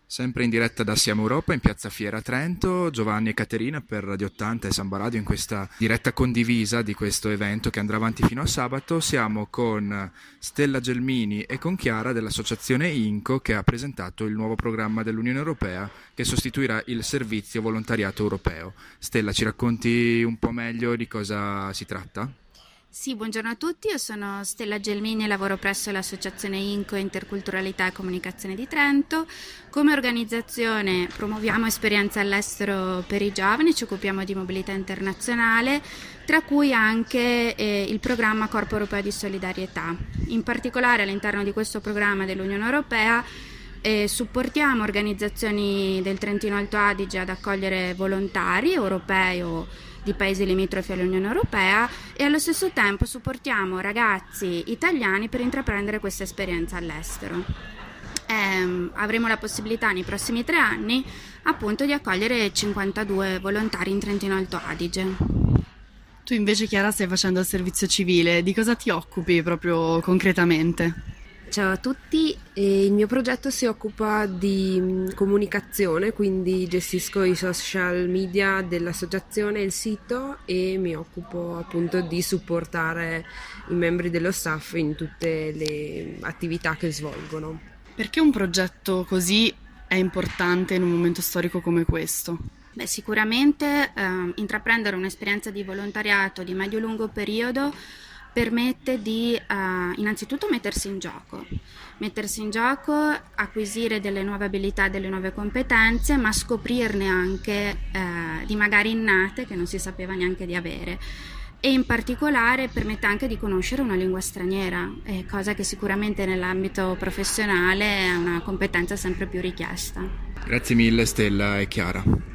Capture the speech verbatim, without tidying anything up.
Sempre in diretta da Siamo Europa in Piazza Fiera Trento, Giovanni e Caterina per Radio ottanta e Samba Radio in questa diretta condivisa di questo evento che andrà avanti fino a sabato. Siamo con Stella Gelmini e con Chiara dell'associazione INCO che ha presentato il nuovo programma dell'Unione Europea che sostituirà il servizio volontariato europeo. Stella, ci racconti un po' meglio di cosa si tratta? Sì, buongiorno a tutti, io sono Stella Gelmini e lavoro presso l'associazione INCO Interculturalità e Comunicazione di Trento. Come organizzazione promuoviamo esperienze all'estero per i giovani, ci occupiamo di mobilità internazionale, tra cui anche eh, il programma Corpo Europeo di Solidarietà. In particolare all'interno di questo programma dell'Unione Europea eh, supportiamo organizzazioni del Trentino Alto Adige ad accogliere volontari europei o di paesi limitrofi all'Unione Europea e allo stesso tempo supportiamo ragazzi italiani per intraprendere questa esperienza all'estero. Eh, avremo la possibilità nei prossimi tre anni appunto di accogliere cinquantadue volontari in Trentino Alto Adige. Tu invece, Chiara, stai facendo il servizio civile, di cosa ti occupi proprio concretamente? Ciao a tutti, eh, il mio progetto si occupa di mh, comunicazione, quindi gestisco i social media dell'associazione e il sito e mi occupo appunto di supportare i membri dello staff in tutte le attività che svolgono. Perché un progetto così è importante in un momento storico come questo? Beh, sicuramente eh, intraprendere un'esperienza di volontariato di medio-lungo periodo permette di uh, innanzitutto mettersi in gioco, mettersi in gioco, acquisire delle nuove abilità, delle nuove competenze, ma scoprirne anche uh, di magari innate che non si sapeva neanche di avere. E in particolare permette anche di conoscere una lingua straniera, eh, cosa che sicuramente nell'ambito professionale è una competenza sempre più richiesta. Grazie mille Stella e Chiara.